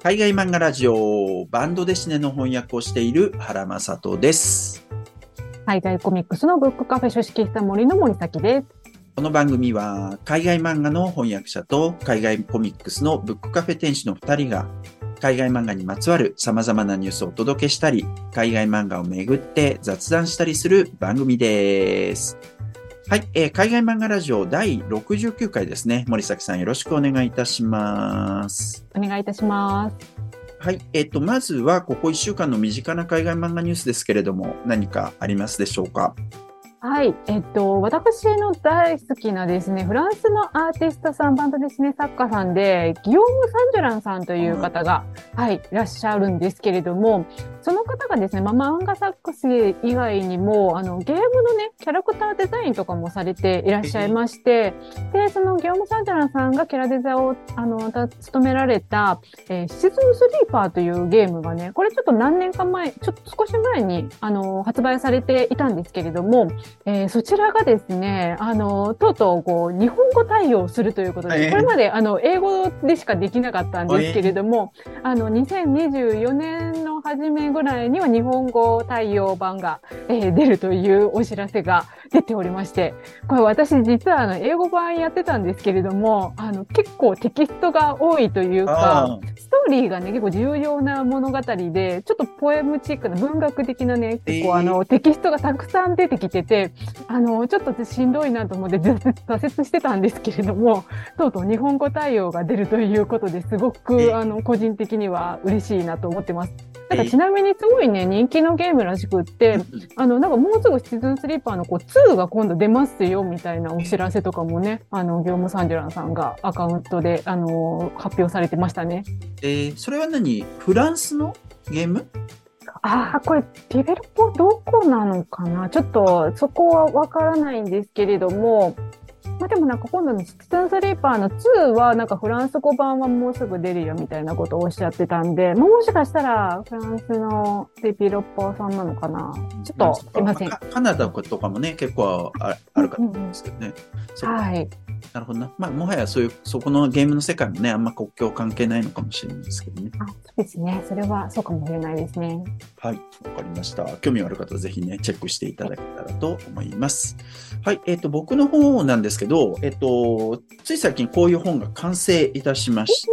海外漫画ラジオバンドデシネの翻訳をしている原正人です。 海外コミックスのブックカフェ書式した森の森崎です。 この番組は海外漫画の翻訳者と海外コミックスのブックカフェ店主の2人が海外漫画にまつわる様々なニュースをお届けしたり、海外漫画をめぐって雑談したりする番組です。はい、海外漫画ラジオ第69回ですね。森崎さんよろしくお願いいたします。 お願いいたします。 はい、まずはここ1週間の身近な海外漫画ニュースですけれども、何かありますでしょうか？ はい。私の大好きなですね、フランスのアーティストさん、バンドですね、作家さんで、ギヨーム・サンジュランさんという方が、いらっしゃるんですけれども、その方がですね、漫画作成以外にも、ゲームのね、キャラクターデザインとかもされていらっしゃいまして、で、そのギヨーム・サンジュランさんがキャラデザを、務められた、シチズン・スリーパーというゲームがね、これちょっと何年か前、ちょっと少し前に、発売されていたんですけれども、そちらがですね、とうとうこう日本語対応するということで、これまで英語でしかできなかったんですけれども、2024年の初めぐらいには日本語対応版が、出るというお知らせが出ておりまして、これ私実は英語版やってたんですけれども、結構テキストが多いというか、ストーリーがね、結構重要な物語で、ちょっとポエムチックな文学的なね、結構テキストがたくさん出てきてて、ちょっとしんどいなと思って挫折してたんですけれども、とうとう日本語対応が出るということですごく、個人的には嬉しいなと思ってます。なんかちなみにすごいね、人気のゲームらしくって、なんかもうすぐシチズンスリーパーの2が今度出ますよみたいなお知らせとかもね、ギョーム・サンジュランさんがアカウントで、発表されてましたね。 それはフランスのゲーム？ これ、ディベロッパーどこなのかな？ちょっと、そこはわからないんですけれども、でもなんか今度のシチズンスリーパーの2はなんかフランス語版はもうすぐ出るよみたいなことをおっしゃってたんで、もしかしたらフランスのデベロッパーさんなのかな？ちょっと、すいません。 カナダとかもね、結構あるかと思うんですけどね。 はい。 なるほどな。もはやそこのゲームの世界もね、あんま国境関係ないのかもしれないですけどね。 そうですね。それはそうかもしれないですね。 はい。わかりました。興味ある方はぜひね、チェックしていただけたらと思います。はい。僕の方なんですけど、つい最近こういう本が完成いたしました。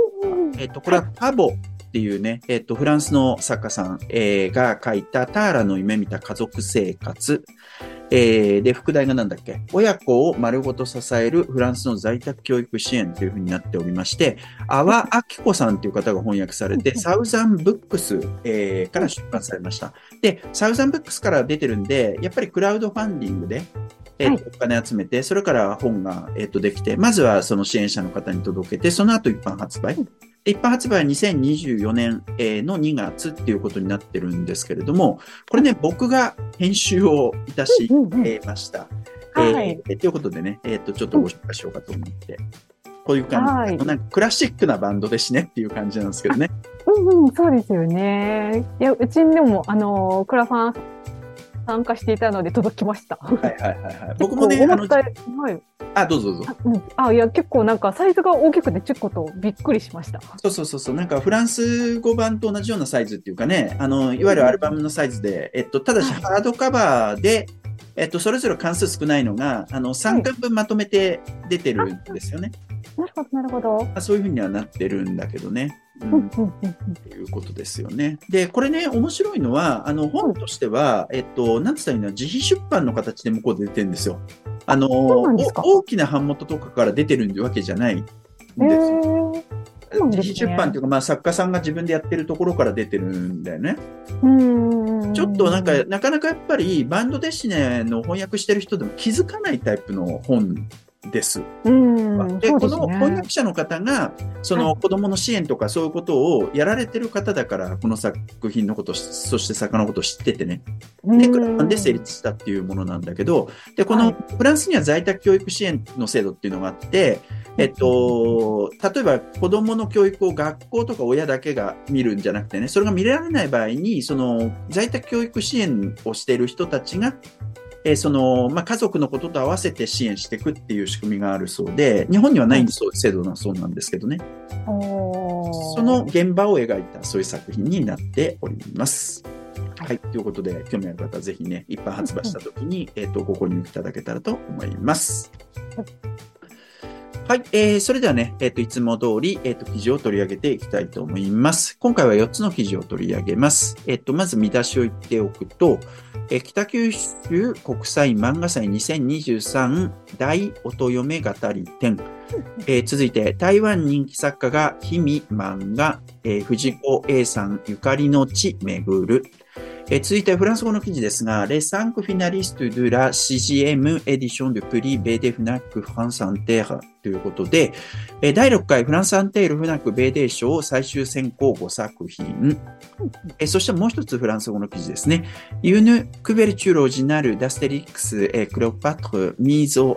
これはパボっていうね、フランスの作家さん、が書いたターラの夢見た家族生活。で、副題がなんだっけ？親子を丸ごと支えるフランスの在宅教育支援というふうになっておりまして、阿波明子さんという方が翻訳されて、サウザンブックス、から出版されました。で、サウザンブックスから出てるんで、やっぱりクラウドファンディングで、お金集めて、それから本が、できて、まずはその支援者の方に届けて、その後一般発売。一般発売は2024年の2月っていうことになってるんですけれども、これね、僕が編集をいたしました。ということでね、ちょっとご紹介しようかと思って。こういう感じ、なんかクラシックなバンドですねっていう感じなんですけどね。 そうですよね。いや、うちにでも、クラファン参加していたので届きました。 僕もね、どうぞどうぞ。 いや、結構なんかサイズが大きくてちょっとびっくりしました。 そう。なんかフランス語版と同じようなサイズっていうかね、いわゆるアルバムのサイズで、ただしハードカバーで、それぞれ関数少ないのが、3巻分まとめて出てるんですよね。 なるほど。 そういうふうにはなってるんだけどね。ということですよね。で、これね、面白いのは、本としては、なんつったらいいの、自費出版の形で向こうで出てるんですよ。大きな版元とかから出てるわけじゃないんですよ。自費出版というか、作家さんが自分でやってるところから出てるんだよね。ちょっとなかなかやっぱりバンドデシネの翻訳してる人でも気づかないタイプの本です。で、この翻訳者の方が、その子供の支援とかそういうことをやられてる方だから、この作品のこと、そして作家のことを知っててね。で、クラファンで成立したっていうものなんだけど、で、このフランスには在宅教育支援の制度っていうのがあって、例えば子供の教育を学校とか親だけが見るんじゃなくてね、それが見られない場合に、その在宅教育支援をしている人たちが、家族のことと合わせて支援していくっていう仕組みがあるそうで、日本にはない制度なそうなんですけどね。 その現場を描いたそういう作品になっております。はい。ということで、興味ある方はぜひね、一般発売したときに、ご購入いただけたらと思います。はい。それではね、いつも通り、記事を取り上げていきたいと思います。今回は4つの記事を取り上げます。まず見出しを言っておくと、北九州国際漫画祭2023大音嫁語り展。続いて、台湾人気作家が日々漫画、藤子 A さんゆかりの地巡る。続いてフランス語の記事ですが、Les 5 finalistes de la 6e édition du prix BD FNAC France Inter ということで、第6回フランスアンテールFNAC BD 賞最終選考5作品。そしてもう一つフランス語の記事ですね。Une couverture originale d'Astérix et Cléopâtre mise aux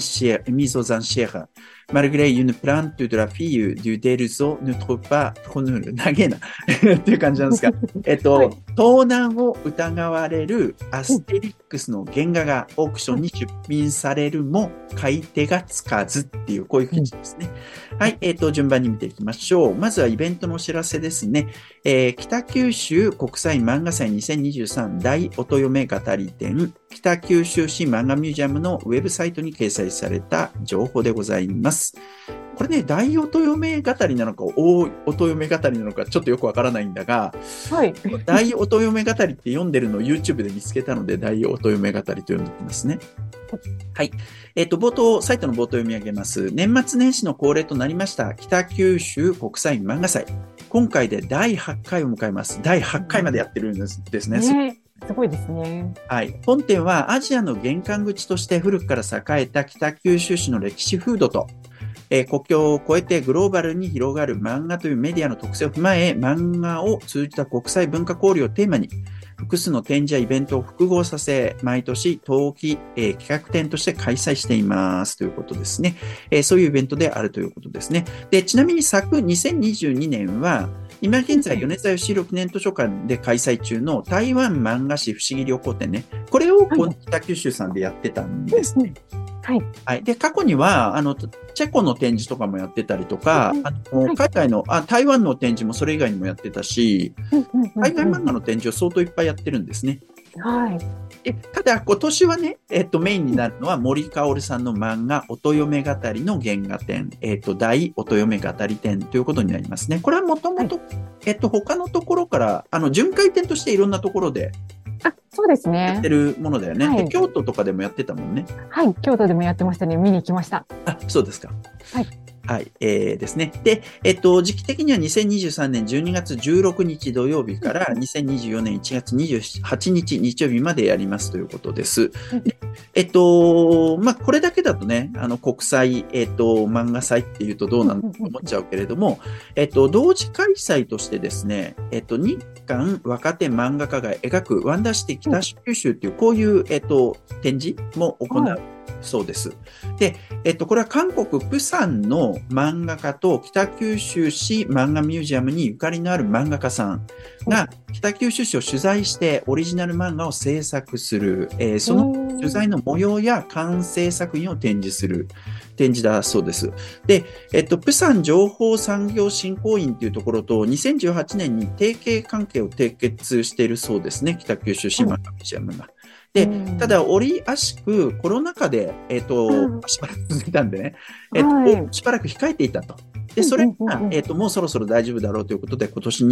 enchères. Malgré une plainte de la fille du Delzo ne trouve pas preneur. 長えな。っていう感じなんですが。はい、盗難を疑われるアステリックスの原画がオークションに出品されるも買い手がつかずっていう、こういう記事ですね。はい。順番に見ていきましょう。まずはイベントのお知らせですね。北九州国際漫画祭2023大音嫁語り展、北九州市漫画ミュージアムのウェブサイトに掲載された情報でございます。これね、大音嫁語りなのか、大音嫁語りなのか、ちょっとよくわからないんだが、はい。大音嫁語りって読んでるのを YouTube で見つけたので、大音嫁語りと読んでいますね。はい。冒頭、サイトの冒頭読み上げます。年末年始の恒例となりました、北九州国際漫画祭。今回で第8回を迎えます。第8回までやってるんですね。 すごいですね。 はい。本店はアジアの玄関口として古くから栄えた北九州市の歴史風土と、国境を越えてグローバルに広がる漫画というメディアの特性を踏まえ、漫画を通じた国際文化交流をテーマに、複数の展示やイベントを複合させ、毎年冬季、企画展として開催していますということですね。そういうイベントであるということですね。で、ちなみに昨2022年は、今現在、米沢義弘記念図書館で開催中の台湾漫画史不思議旅行展ね。これを北九州さんでやってたんですね。 はい。 はい。で、過去には、チェコの展示とかもやってたりとか、海外の、台湾の展示もそれ以外にもやってたし、海外漫画の展示を相当いっぱいやってるんですね。 はい。 ただ、今年はね、メインになるのは森かおるさんの漫画、音嫁語りの原画展、大音嫁語り展ということになりますね。これはもともと、他のところから、巡回展としていろんなところで、 そうですね。 やってるものだよね、はい。京都とかでもやってたもんね。 はい、京都でもやってましたね。見に行きました。 そうですか。 はい。 はい、ですね。で、時期的には2023年12月16日土曜日から2024年1月28日日曜日までやりますということです。でこれだけだとね、国際、漫画祭っていうとどうなのと思っちゃうけれども、同時開催としてですね、日韓若手漫画家が描くワンダーシティ北九州っていう、こういう、展示も行う。そうです。で、これは韓国プサンの漫画家と北九州市漫画ミュージアムにゆかりのある漫画家さんが北九州市を取材してオリジナル漫画を制作する、その取材の模様や完成作品を展示する展示だそうです。で、プサン情報産業振興院というところと2018年に提携関係を締結しているそうですね。北九州市漫画ミュージアムが。で、ただ、折あしくコロナ禍で、しばらく続いたんでね、しばらく控えていたと。で、それが、もうそろそろ大丈夫だろうということで、今年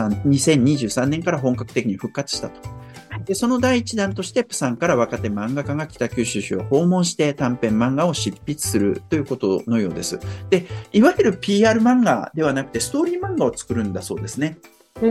2023年から本格的に復活したと。で、その第一弾として、プサンから若手漫画家が北九州市を訪問して短編漫画を執筆するということのようです。で、いわゆる PR 漫画ではなくて、ストーリー漫画を作るんだそうですね。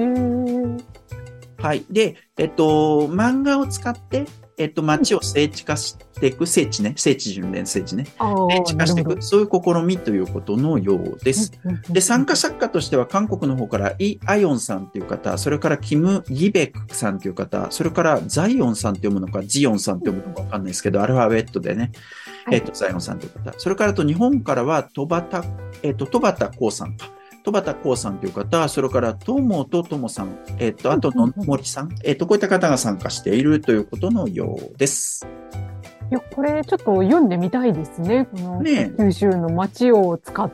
はい。で、漫画を使って、街を聖地化していく、聖地巡礼聖地ね。聖地化していく、そういう試みということのようです。で、参加作家としては韓国の方からイ・アヨンさんという方、それからキム・ギベクさんという方、それからザイオンさんと読むのか、ジヨンさんと読むのかわかんないですけど、アルファベットでね、ザイオンさんという方、それから日本からは戸畑光さんか。戸畑光さんという方、それから友と友さん、あとの森さん、こういった方が参加しているということのようです。 や、これちょっと読んでみたいですね。このね九州の街を使って、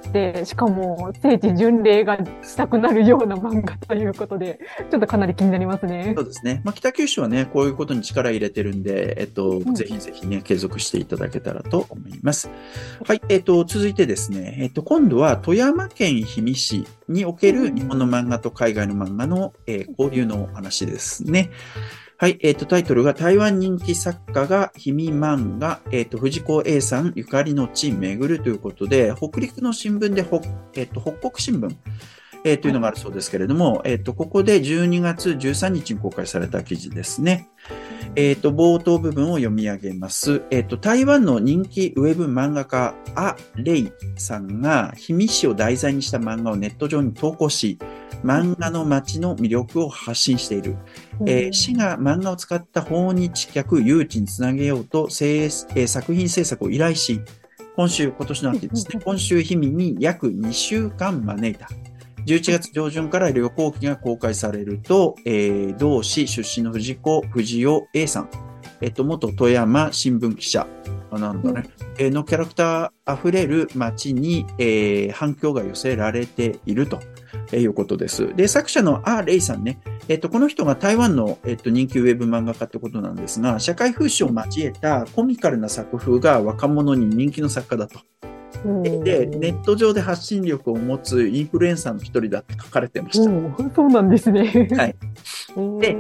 しかも聖地巡礼がしたくなるような漫画ということで、ちょっとかなり気になりますね。 そうですね。まあ、北九州はね、こういうことに力入れてるんで、 んぜひぜひね、継続していただけたらと思います。はい、続いてですね、今度は富山県氷見市における日本の漫画と海外の漫画の、交流の話ですね。はい、タイトルが台湾人気作家が氷見漫画、藤子 A さんゆかりの地巡るということで、北陸の新聞で北国新聞、というのがあるそうですけれども、ここで12月13日に公開された記事ですね。冒頭部分を読み上げます。台湾の人気ウェブ漫画家、ア・レイさんが氷見市を題材にした漫画をネット上に投稿し、漫画の街の魅力を発信している。市が漫画を使った訪日客誘致につなげようと、作品制作を依頼し、今年の秋ですね、今週氷見に約2週間招いた。11月上旬から旅行記が公開されると、同市出身の藤子 A さん、元富山新聞記者、なんだね、のキャラクター溢れる街に、反響が寄せられているということです。で、作者のア・レイさんね、この人が台湾の、人気ウェブ漫画家ってことなんですが、社会風刺を交えたコミカルな作風が若者に人気の作家だと。で、ネット上で発信力を持つインフルエンサーの一人だって書かれてました。 そうなんですね。 はい。で、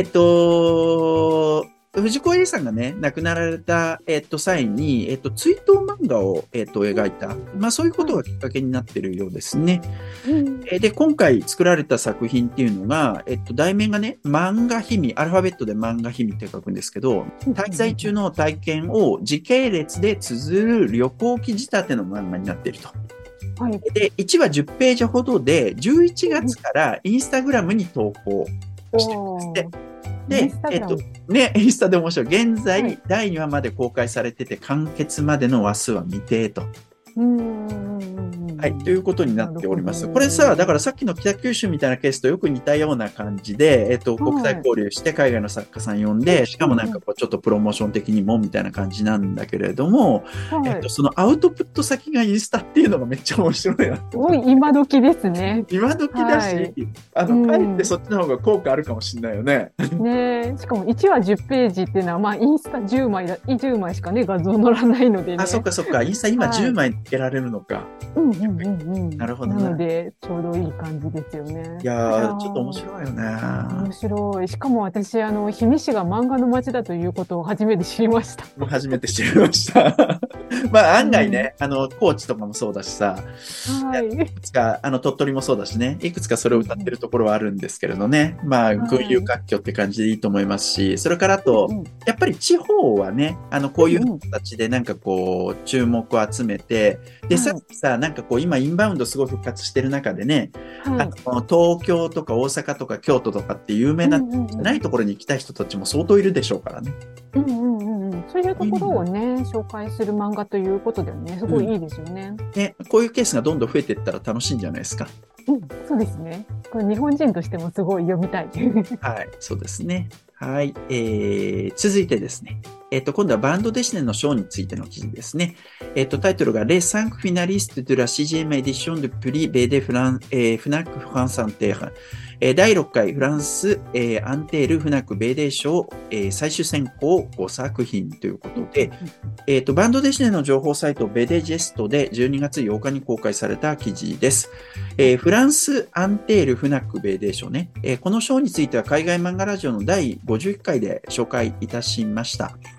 藤子 A さんがね、亡くなられた、際に、追悼漫画を、描いた。まあ、そういうことがきっかけになっているようですね。で、今回作られた作品っていうのが、題名がね、漫画秘密、アルファベットで漫画秘密って書くんですけど、滞在中の体験を時系列で綴る旅行記仕立ての漫画になっていると。はい、で、1話10ページほどで、11月からインスタグラムに投稿してるんですね。で、インスタで面白い。現在、第2話まで公開されてて、完結までの話数は未定と。はい、ということになっております。これさ、だからさっきの北九州みたいなケースとよく似たような感じで、国際交流して海外の作家さん呼んで、しかもなんかこうちょっとプロモーション的にもみたいな感じなんだけれども、そのアウトプット先がインスタっていうのがめっちゃ面白いな。 すごい今時ですね。 今時だし、かえってそっちの方が効果あるかもしれないよね。 ね、しかも1話10ページっていうのは、まあインスタ10枚しかね、画像載らないのでね。 あ、そっかそっか。インスタ今10枚つけられるのか。なるほどね。 なので、ちょうどいい感じですよね。 いやー、ちょっと面白いよね。 面白い。しかも私、氷見市が漫画の街だということを初めて知りました。 もう初めて知りました。まあ、案外ね、高知とかもそうだしさ、いくつか、鳥取もそうだしね、いくつかそれを歌ってるところはあるんですけれどね、まあ、群雄割拠って感じでいいと思いますし、それからあと、やっぱり地方はね、こういう形でなんかこう、注目を集めて、で、さっきさ、なんかこう、今、インバウンドすごい復活してる中でね、東京とか大阪とか京都とかって有名なじゃないところに行きたい人たちも相当いるでしょうからね。 そういうところをね、紹介する漫画ということでもね、すごいいいですよね。 ね、こういうケースがどんどん増えていったら楽しいんじゃないですか。 そうですね。これ日本人としてもすごい読みたい。 はい、そうですね。はい、続いてですね。今度はバンドデシネの賞についての記事ですね。タイトルが Les 5 finalistes de la 6e édition du prix BD Fnac France Inter。第6回フランス、アンテールフナックベーデー賞、最終選考5作品ということで、バンドデシネの情報サイトベデジェストで12月8日に公開された記事です。フランスアンテールフナックベーデー賞ね、この賞については海外漫画ラジオの第51回で紹介いたしました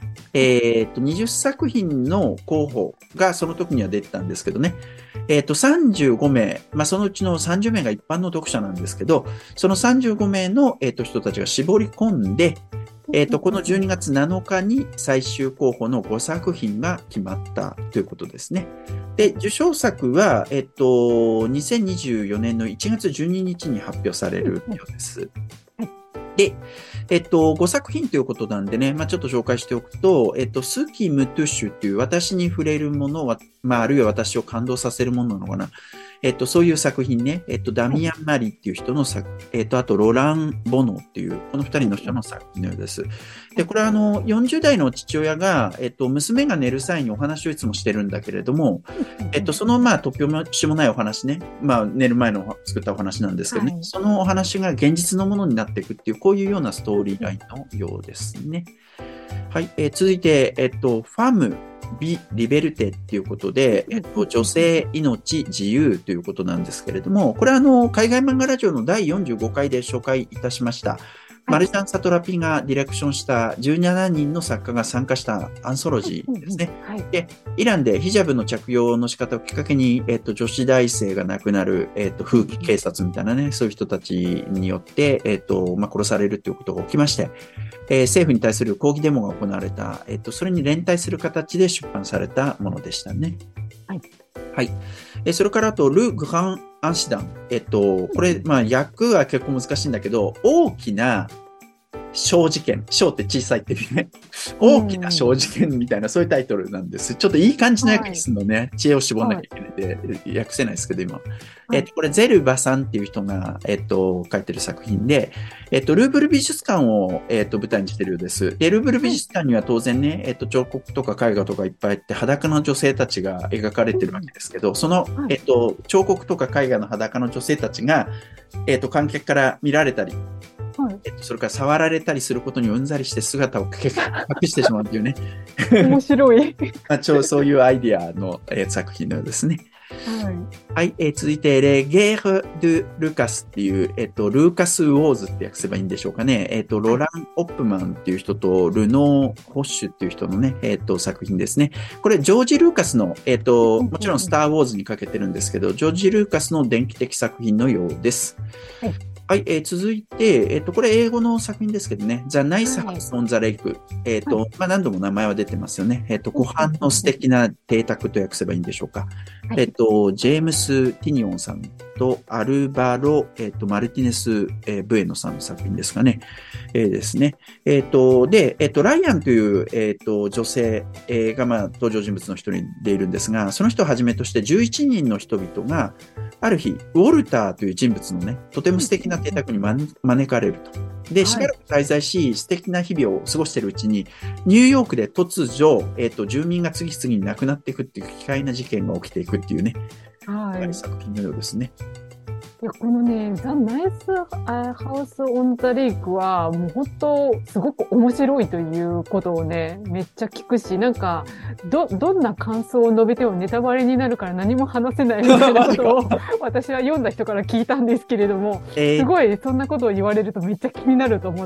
。20作品の候補がその時には出てたんですけどね。35名、まあ、そのうちの30名が一般の読者なんですけど、その35名の、人たちが絞り込んで、この12月7日に最終候補の5作品が決まったということですね。で、受賞作は、2024年の1月12日に発表されるようです。で、5作品ということなんでね、まあ、ちょっと紹介しておくと、スキムトゥッシュっていう私に触れるものは、まあ、あるいは私を感動させるものなのかな。 そういう作品ね、ダミアン・マリーっていう人のあとロラン・ボノっていう、この二人の人の作品のようです。で、これは40代の父親が、娘が寝る際にお話をいつもしてるんだけれども、その、突拍子もないお話ね、寝る前の作ったお話なんですけどね、そのお話が現実のものになっていくっていう、こういうようなストーリーラインのようですね。はい、続いて、ファム・ビ・リベルテっていうことで、女性、命、自由ということなんですけれども、これは海外漫画ラジオの第45回で紹介いたしました。マルジャン・サトラピがディレクションした17人の作家が参加したアンソロジーですね。で、イランでヒジャブの着用の仕方をきっかけに、女子大生が亡くなる、風紀警察みたいなね、そういう人たちによって、殺されるということが起きまして、政府に対する抗議デモが行われた、それに連帯する形で出版されたものでしたね。はい。はい。それからあと、ル・グラン・アンシダン。これ、訳は結構難しいんだけど、大きな小事件。小って小さいっていうね。大きな小事件みたいな、そういうタイトルなんです。ちょっといい感じの訳するのね。知恵を絞らなきゃいけないで、訳せないですけど、今。これ、ゼルバさんっていう人が、書いてる作品で、ルーブル美術館を、舞台にしてるようです。で、ルーブル美術館には当然ね、彫刻とか絵画とかいっぱいあって、裸の女性たちが描かれてるわけですけど、その、彫刻とか絵画の裸の女性たちが、観客から見られたり、それから触られたりすることにうんざりして姿を隠してしまうっていうね。 面白い。 そういうアイディアの、作品のようですね。はい。続いて、レゲール・ドゥ・ルカスっていう、ルーカス・ウォーズって訳せばいいんでしょうかね。ロラン・オップマンっていう人と、ルノー・ホッシュっていう人のね、作品ですね。これ、ジョージ・ルーカスの、もちろんスター・ウォーズにかけてるんですけど、ジョージ・ルーカスの伝記的作品のようです。はい、続いて、これ英語の作品ですけどね、The Nice House on the Lake。何度も名前は出てますよね。湖畔の素敵な邸宅と訳せばいいんでしょうか。ジェームス・ティニオンさんとアルバロ、マルティネス、ブエノさんの作品ですかね。ですね。で、ライアンという、女性、が、登場人物の一人でいるんですが、その人をはじめとして11人の人々が、ある日、ウォルターという人物のね、とても素敵な邸宅に招かれると。で、しばらく滞在し、素敵な日々を過ごしているうちに、ニューヨークで突如、住民が次々に亡くなっていくっていう奇怪な事件が起きていくっていうね、作品のようですね。 いや、このね、ザ・ナイス・ハウス・オン・ザ・レイクは、もう本当、すごく面白いということをね、めっちゃ聞くし、なんか、どんな感想を述べてもネタバレになるから何も話せないみたいなことを、私は読んだ人から聞いたんですけれども、すごい、そんなことを言われるとめっちゃ気になると思って、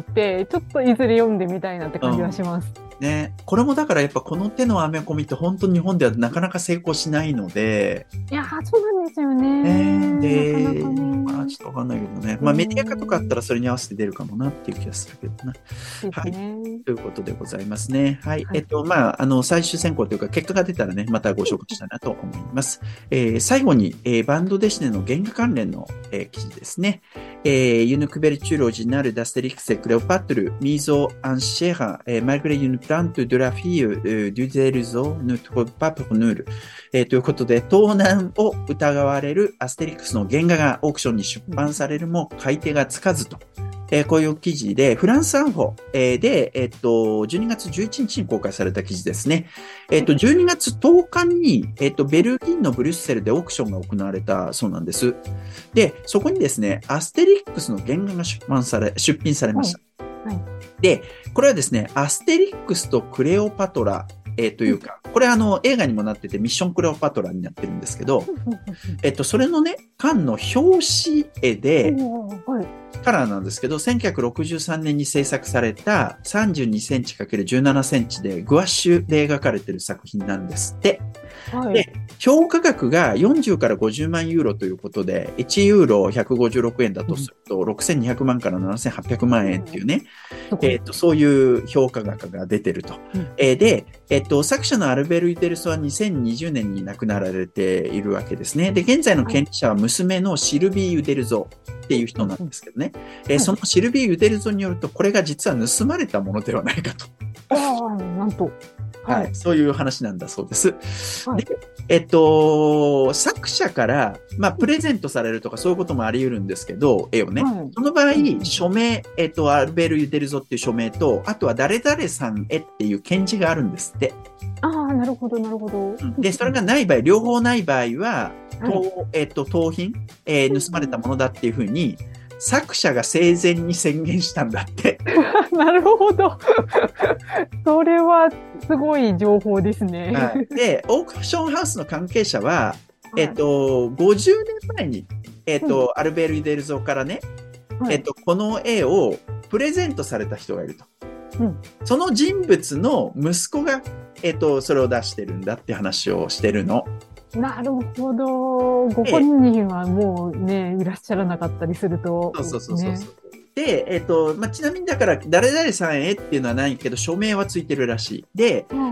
ちょっといずれ読んでみたいなって感じはします。 ね、これもだからやっぱこの手のアメコミって本当に日本ではなかなか成功しないので。 いやー、そうなんですよね。 で、 なかなかね。 ちょっとわかんないけどね。メディア化とかあったらそれに合わせて出るかもなっていう気がするけどな。はい。ということでございますね。はい。最終選考というか結果が出たらね、またご紹介したいなと思います。最後に、バンドデシネの原画関連の、記事ですね。ユヌクベルチュールオジナルダステリクセクレオパトルミゾアンシェラマルグレユヌプラントドラフィーデュゼルゾヌトロパプルヌールということで盗難を疑われるアステリクスの原画がオークションに出版されるも買い手がつかずと。こういう記事で、フランスアンフォで、12月11日に公開された記事ですね。12月10日に、ベルギーのブリュッセルでオークションが行われたそうなんです。で、そこにですね、アステリックスの原画が出品されました。で、これはですね、アステリックスとクレオパトラ、というか、これ映画にもなっててミッションクレオパトラになってるんですけど、それのね、巻の表紙絵で、カラーなんですけど、1963年に制作された32センチ ×17 センチでグワッシュで描かれている作品なんですって。で、評価額が40から50万ユーロということで、1ユーロ156円だとすると、6200万から7800万円っていうね、そういう評価額が出てると。で、作者のアルベル・ユデルソは2020年に亡くなられているわけですね。で、現在の権利者は娘のシルビー・ユデルゾっていう人なんですけどね。そのシルビー・ユデルゾによると、これが実は盗まれたものではないかと。 ああ、なんと。 はい。そういう話なんだそうです。 はい。 で、作者から、まあ、プレゼントされるとかそういうこともあり得るんですけど、絵をね。 はい。 その場合、 うん署名、アルベール・ユデルゾっていう署名と、あとは誰々さんへっていう検事があるんですって。 ああ、なるほど、なるほど。 で、それがない場合、両方ない場合は、 はい。 盗品、盗まれたものだっていうふうに、作者が生前に宣言したんだって。 なるほど。それはすごい情報ですね。 はい。で、オークションハウスの関係者は、 はい。 50年前に、 うん。 アルベール・イデルゾからね、 はい。 この絵をプレゼントされた人がいると。 うん。 その人物の息子が、それを出してるんだって話をしてるの。 なるほど。ごで、 本人はもうね、いらっしゃらなかったりすると、 そうそうそうそうね。 そう。で、まあ、ちなみにだから、誰々さんへっていうのはないけど、署名はついてるらしい。で、 うん。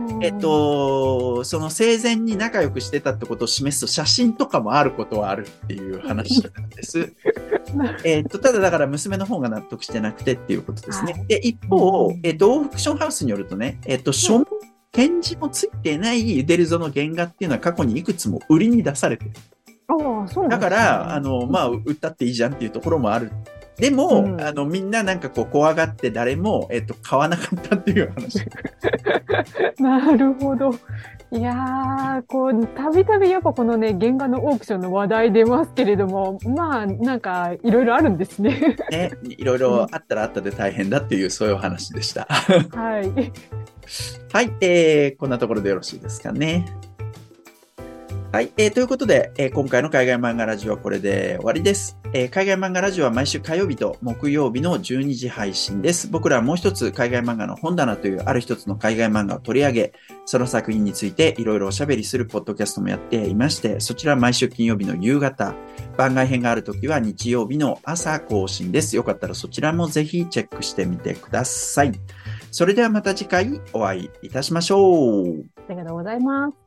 その生前に仲良くしてたってことを示す写真とかもあることはあるっていう話なんです。ただだから娘の方が納得してなくてっていうことですね。 はい。 で、一う方、 ん。 オークションハウスによるとね、 はい。 展示もついてないユデルゾの原画っていうのは過去にいくつも売りに出されてる。 ああ、そうなだんですね。 から、まあ、売ったっていいじゃんっていうところもある。でも、 うん。 みんななんかこう怖がって誰も、買わなかったっていう話。 なるほど。いやー、こう、たびたびやっぱこのね、原画のオークションの話題出ますけれども、まあ、なんか、いろいろあるんですね。 ね、いろいろあったらあったで大変だっていう、そういうお話でした。 はい。 はい、こんなところでよろしいですかね。はい、ということで、今回の海外漫画ラジオはこれで終わりです。海外漫画ラジオは毎週火曜日と木曜日の12時配信です。僕らはもう一つ海外漫画の本棚というある一つの海外漫画を取り上げ、その作品についていろいろおしゃべりするポッドキャストもやっていまして、そちらは毎週金曜日の夕方、番外編があるときは日曜日の朝更新です。よかったらそちらもぜひチェックしてみてください。それではまた次回お会いいたしましょう。 ありがとうございます。